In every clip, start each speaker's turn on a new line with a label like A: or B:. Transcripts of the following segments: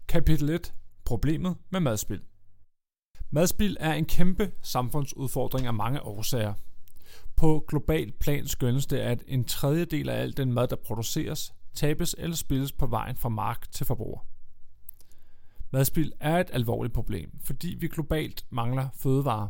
A: Kapitel 1. Problemet med madspild. Madspild er en kæmpe samfundsudfordring af mange årsager. På global plan skønnes det, at en tredjedel af al den mad, der produceres, tabes eller spildes på vejen fra mark til forbruger. Madspild er et alvorligt problem, fordi vi globalt mangler fødevarer.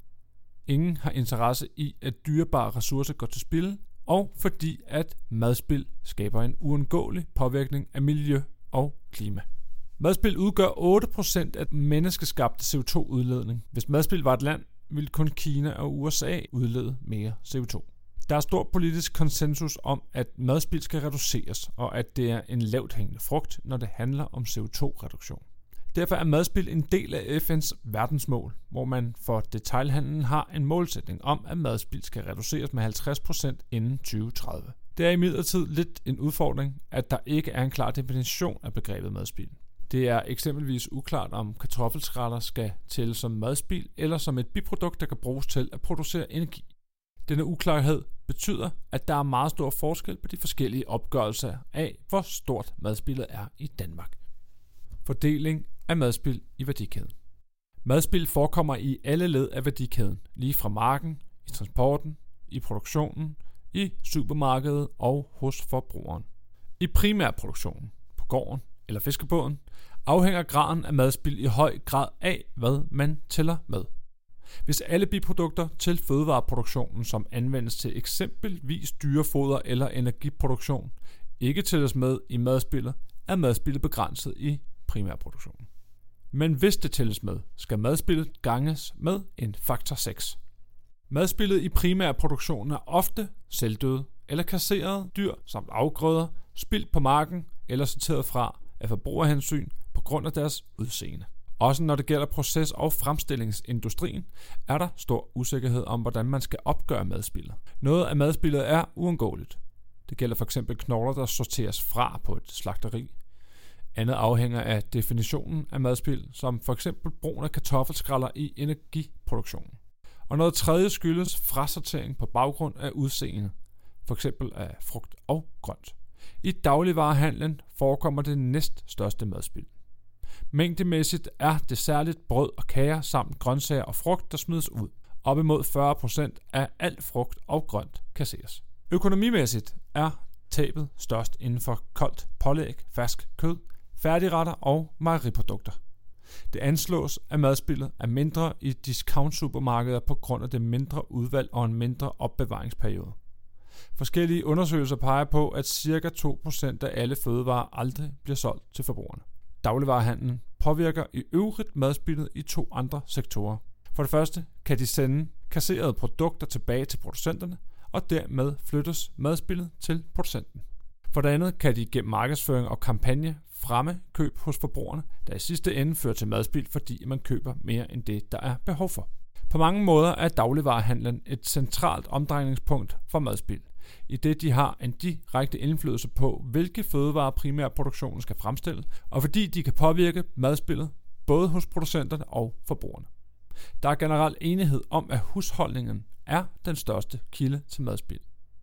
A: Ingen har interesse i, at dyrebare ressourcer går til spilde, og fordi at madspild skaber en uundgåelig påvirkning af miljø og klima. Madspild udgør 8% af menneskeskabte CO2-udledning. Hvis madspild var et land, ville kun Kina og USA udlede mere CO2. Der er stor politisk konsensus om, at madspild skal reduceres, og at det er en lavt hængende frugt, når det handler om CO2-reduktion. Derfor er madspild en del af FN's verdensmål, hvor man for detailhandlen har en målsætning om, at madspild skal reduceres med 50% inden 2030. Det er imidlertid lidt en udfordring, at der ikke er en klar definition af begrebet madspild. Det er eksempelvis uklart, om kartoffelskræller skal tælles som madspild eller som et biprodukt, der kan bruges til at producere energi. Denne uklarhed betyder, at der er meget stor forskel på de forskellige opgørelser af, hvor stort madspildet er i Danmark. Fordeling af madspild i værdikæden. Madspild forekommer i alle led af værdikæden, lige fra marken, i transporten, i produktionen, i supermarkedet og hos forbrugeren. I primærproduktionen, på gården eller fiskebåden, afhænger graden af madspild i høj grad af, hvad man tæller med. Hvis alle biprodukter til fødevareproduktionen, som anvendes til eksempelvis dyrefoder eller energiproduktion, ikke tælles med i madspildet, er madspildet begrænset i primærproduktionen. Men hvis det tælles med, skal madspildet ganges med en faktor 6. Madspildet i primærproduktionen er ofte selvdøde eller kasserede dyr samt afgrøder, spildt på marken eller sorteret fra af forbrugerhensyn på grund af deres udseende. Også når det gælder proces- og fremstillingsindustrien, er der stor usikkerhed om, hvordan man skal opgøre madspildet. Noget af madspildet er uundgåeligt. Det gælder f.eks. knogler, der sorteres fra på et slagteri. Andet afhænger af definitionen af madspild, som f.eks. brugen af kartoffelskræller i energiproduktionen. Og noget tredje skyldes frasortering på baggrund af udseende, f.eks. af frugt og grønt. I dagligvarehandlen forekommer det næststørste madspild. Mængdemæssigt er det særligt brød og kager samt grøntsager og frugt, der smides ud. Op imod 40% af alt frugt og grønt kasseres. Økonomimæssigt er tabet størst inden for koldt pålæg, fersk kød, færdigretter og mejeriprodukter. Det anslås, at madspildet er mindre i discount-supermarkeder på grund af det mindre udvalg og en mindre opbevaringsperiode. Forskellige undersøgelser peger på, at ca. 2% af alle fødevarer aldrig bliver solgt til forbrugerne. Dagligvarehandlen påvirker i øvrigt madspildet i 2 andre sektorer. For det første kan de sende kasserede produkter tilbage til producenterne, og dermed flyttes madspildet til producenten. For det andet kan de gennem markedsføring og kampagne fremme køb hos forbrugerne, der i sidste ende fører til madspild, fordi man køber mere end det, der er behov for. På mange måder er dagligvarehandlen et centralt omdrejningspunkt for madspild, i det de har en direkte indflydelse på, hvilke fødevarer primærproduktionen skal fremstille, og fordi de kan påvirke madspildet både hos producenterne og forbrugerne. Der er generelt enighed om, at husholdningen er den største kilde til madspild.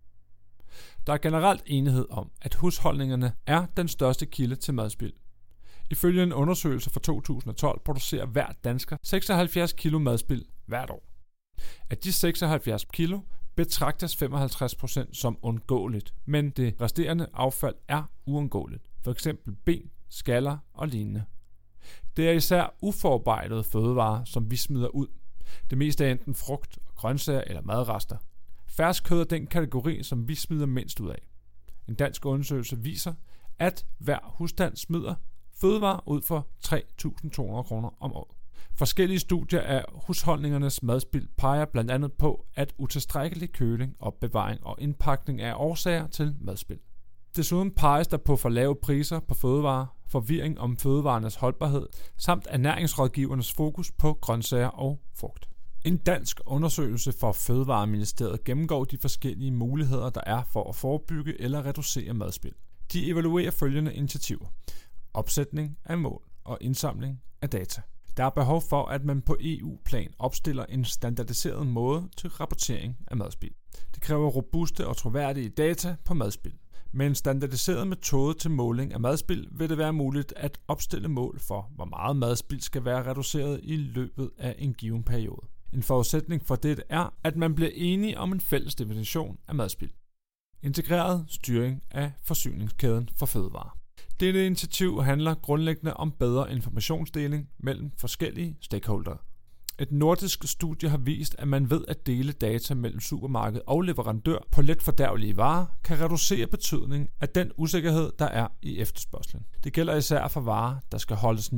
A: Ifølge en undersøgelse fra 2012 producerer hver dansker 76 kilo madspild hvert år. Af de 76 kilo betragtes 55% som undgåeligt, men det resterende affald er uundgåeligt, f.eks. ben, skaller og lignende. Det er især uforarbejdede fødevarer, som vi smider ud. Det meste er enten frugt, grøntsager eller madrester. Fersk kød er den kategori, som vi smider mindst ud af. En dansk undersøgelse viser, at hver husstand smider fødevarer ud for 3.200 kroner om året. Forskellige studier af husholdningernes madspild peger blandt andet på, at utilstrækkelig køling, opbevaring og indpakning er årsager til madspild. Desuden peges der på for lave priser på fødevarer, forvirring om fødevarernes holdbarhed, samt ernæringsrådgivernes fokus på grøntsager og frugt. En dansk undersøgelse for Fødevareministeriet gennemgår de forskellige muligheder, der er for at forebygge eller reducere madspild. De evaluerer følgende initiativer: opsætning af mål og indsamling af data. Der er behov for, at man på EU-plan opstiller en standardiseret måde til rapportering af madspild. Det kræver robuste og troværdige data på madspild. Med en standardiseret metode til måling af madspild vil det være muligt at opstille mål for, hvor meget madspild skal være reduceret i løbet af en given periode. En forudsætning for dette er, at man bliver enige om en fælles definition af madspild. Integreret styring af forsyningskæden for fødevarer. Dette initiativ handler grundlæggende om bedre informationsdeling mellem forskellige stakeholdere. Et nordisk studie har vist, at man ved at dele data mellem supermarked og leverandør på let fordærvelige varer, kan reducere betydningen af den usikkerhed, der er i efterspørgslen. Det gælder især for varer, der skal holdes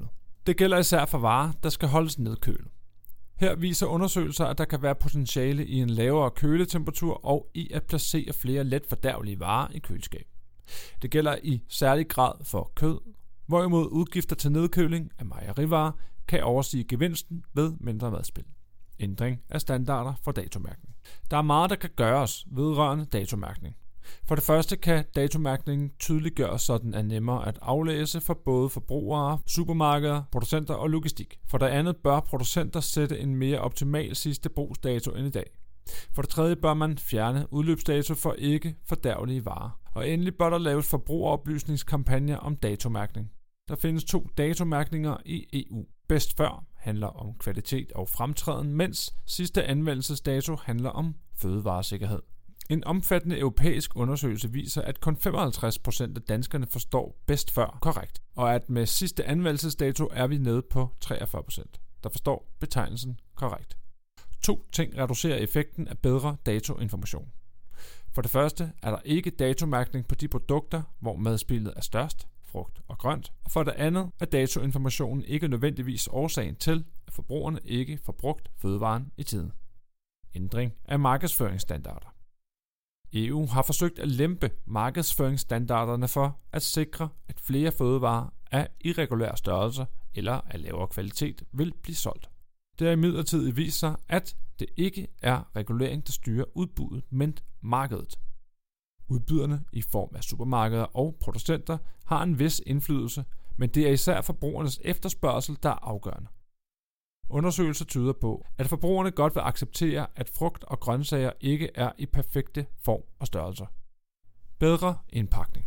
A: nedkølet. Her viser undersøgelser, at der kan være potentiale i en lavere køletemperatur og i at placere flere let fordærvelige varer i køleskab. Det gælder i særlig grad for kød, hvorimod udgifter til nedkøling af mejerivarer kan overstige gevinsten ved mindre madspild. Ændring af standarder for datomærkning. Der er meget, der kan gøres vedrørende datomærkning. For det første kan datomærkningen tydeliggøres, så den er nemmere at aflæse for både forbrugere, supermarkeder, producenter og logistik. For det andet bør producenter sætte en mere optimal sidste brugsdato end i dag. For det tredje bør man fjerne udløbsdato for ikke fordærvelige varer. Og endelig bør der laves forbrugeroplysningskampagner om datomærkning. Der findes 2 datomærkninger i EU. Bedst før handler om kvalitet og fremtræden, mens sidste anvendelsesdato handler om fødevaresikkerhed. En omfattende europæisk undersøgelse viser, at kun 55% af danskerne forstår bedst før korrekt, og at med sidste anvendelsesdato er vi nede på 43%, der forstår betegnelsen korrekt. 2 ting reducerer effekten af bedre datoinformation. For det første er der ikke datomærkning på de produkter, hvor madspildet er størst, frugt og grønt, og for det andet er datoinformationen ikke nødvendigvis årsagen til, at forbrugerne ikke får brugt fødevaren i tiden. Ændring af markedsføringsstandarder. EU har forsøgt at lempe markedsføringsstandarderne for at sikre, at flere fødevarer af irregulær størrelse eller af lavere kvalitet vil blive solgt. Det har imidlertid vist sig, at det ikke er regulering, der styrer udbuddet, men markedet. Udbyderne i form af supermarkeder og producenter har en vis indflydelse, men det er især forbrugernes efterspørgsel, der er afgørende. Undersøgelser tyder på, at forbrugerne godt vil acceptere, at frugt og grøntsager ikke er i perfekte form og størrelser. Bedre indpakning.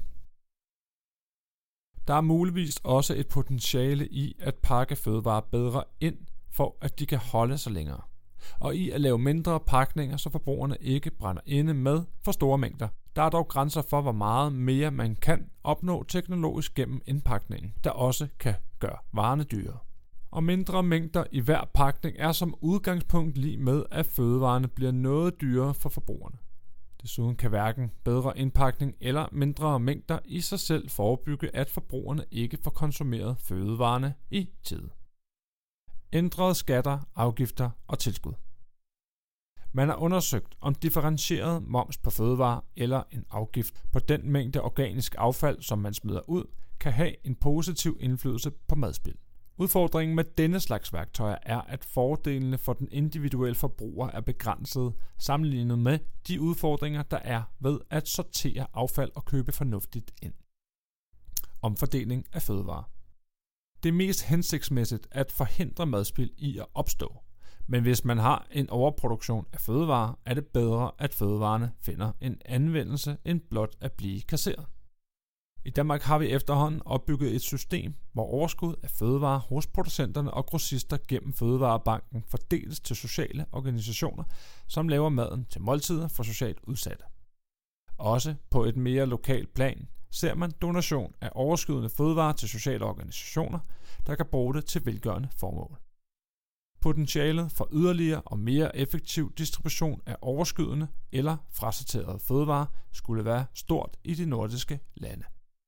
A: Der er muligvis også et potentiale i at pakke fødevarer bedre ind, for at de kan holde sig længere, og i at lave mindre pakninger, så forbrugerne ikke brænder inde med for store mængder. Der er dog grænser for, hvor meget mere man kan opnå teknologisk gennem indpakningen, der også kan gøre varerne dyrere. Og mindre mængder i hver pakning er som udgangspunkt lig med, at fødevarene bliver noget dyrere for forbrugerne. Desuden kan hverken bedre indpakning eller mindre mængder i sig selv forebygge, at forbrugerne ikke får konsumeret fødevarene i tide. Ændrede skatter, afgifter og tilskud. Man har undersøgt, om differentieret moms på fødevarer eller en afgift på den mængde organisk affald, som man smider ud, kan have en positiv indflydelse på madspild. Udfordringen med denne slags værktøjer er, at fordelene for den individuelle forbruger er begrænsede sammenlignet med de udfordringer, der er ved at sortere affald og købe fornuftigt ind. Omfordeling af fødevarer. Det er mest hensigtsmæssigt at forhindre madspild i at opstå, men hvis man har en overproduktion af fødevarer, er det bedre, at fødevarene finder en anvendelse end blot at blive kasseret. I Danmark har vi efterhånden opbygget et system, hvor overskud af fødevarer hos producenterne og grossister gennem Fødevarebanken fordeles til sociale organisationer, som laver maden til måltider for socialt udsatte. Også på et mere lokalt plan ser man donation af overskydende fødevarer til sociale organisationer, der kan bruge det til velgørende formål. Potentialet for yderligere og mere effektiv distribution af overskydende eller frasorterede fødevarer skulle være stort i de nordiske lande.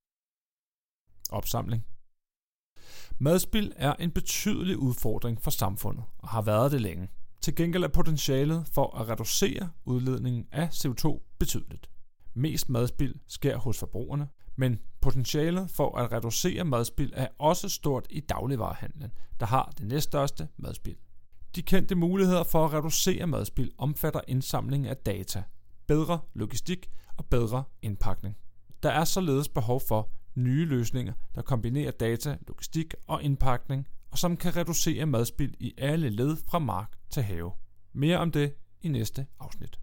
A: Opsamling. Madspild er en betydelig udfordring for samfundet og har været det længe. Til gengæld er potentialet for at reducere udledningen af CO2 betydeligt. Mest madspild sker hos forbrugerne, men potentialet for at reducere madspild er også stort i dagligvarehandlen, der har det næststørste madspild. De kendte muligheder for at reducere madspild omfatter indsamling af data, bedre logistik og bedre indpakning. Der er således behov for nye løsninger, der kombinerer data, logistik og indpakning, og som kan reducere madspild i alle led fra mark til have. Mere om det i næste afsnit.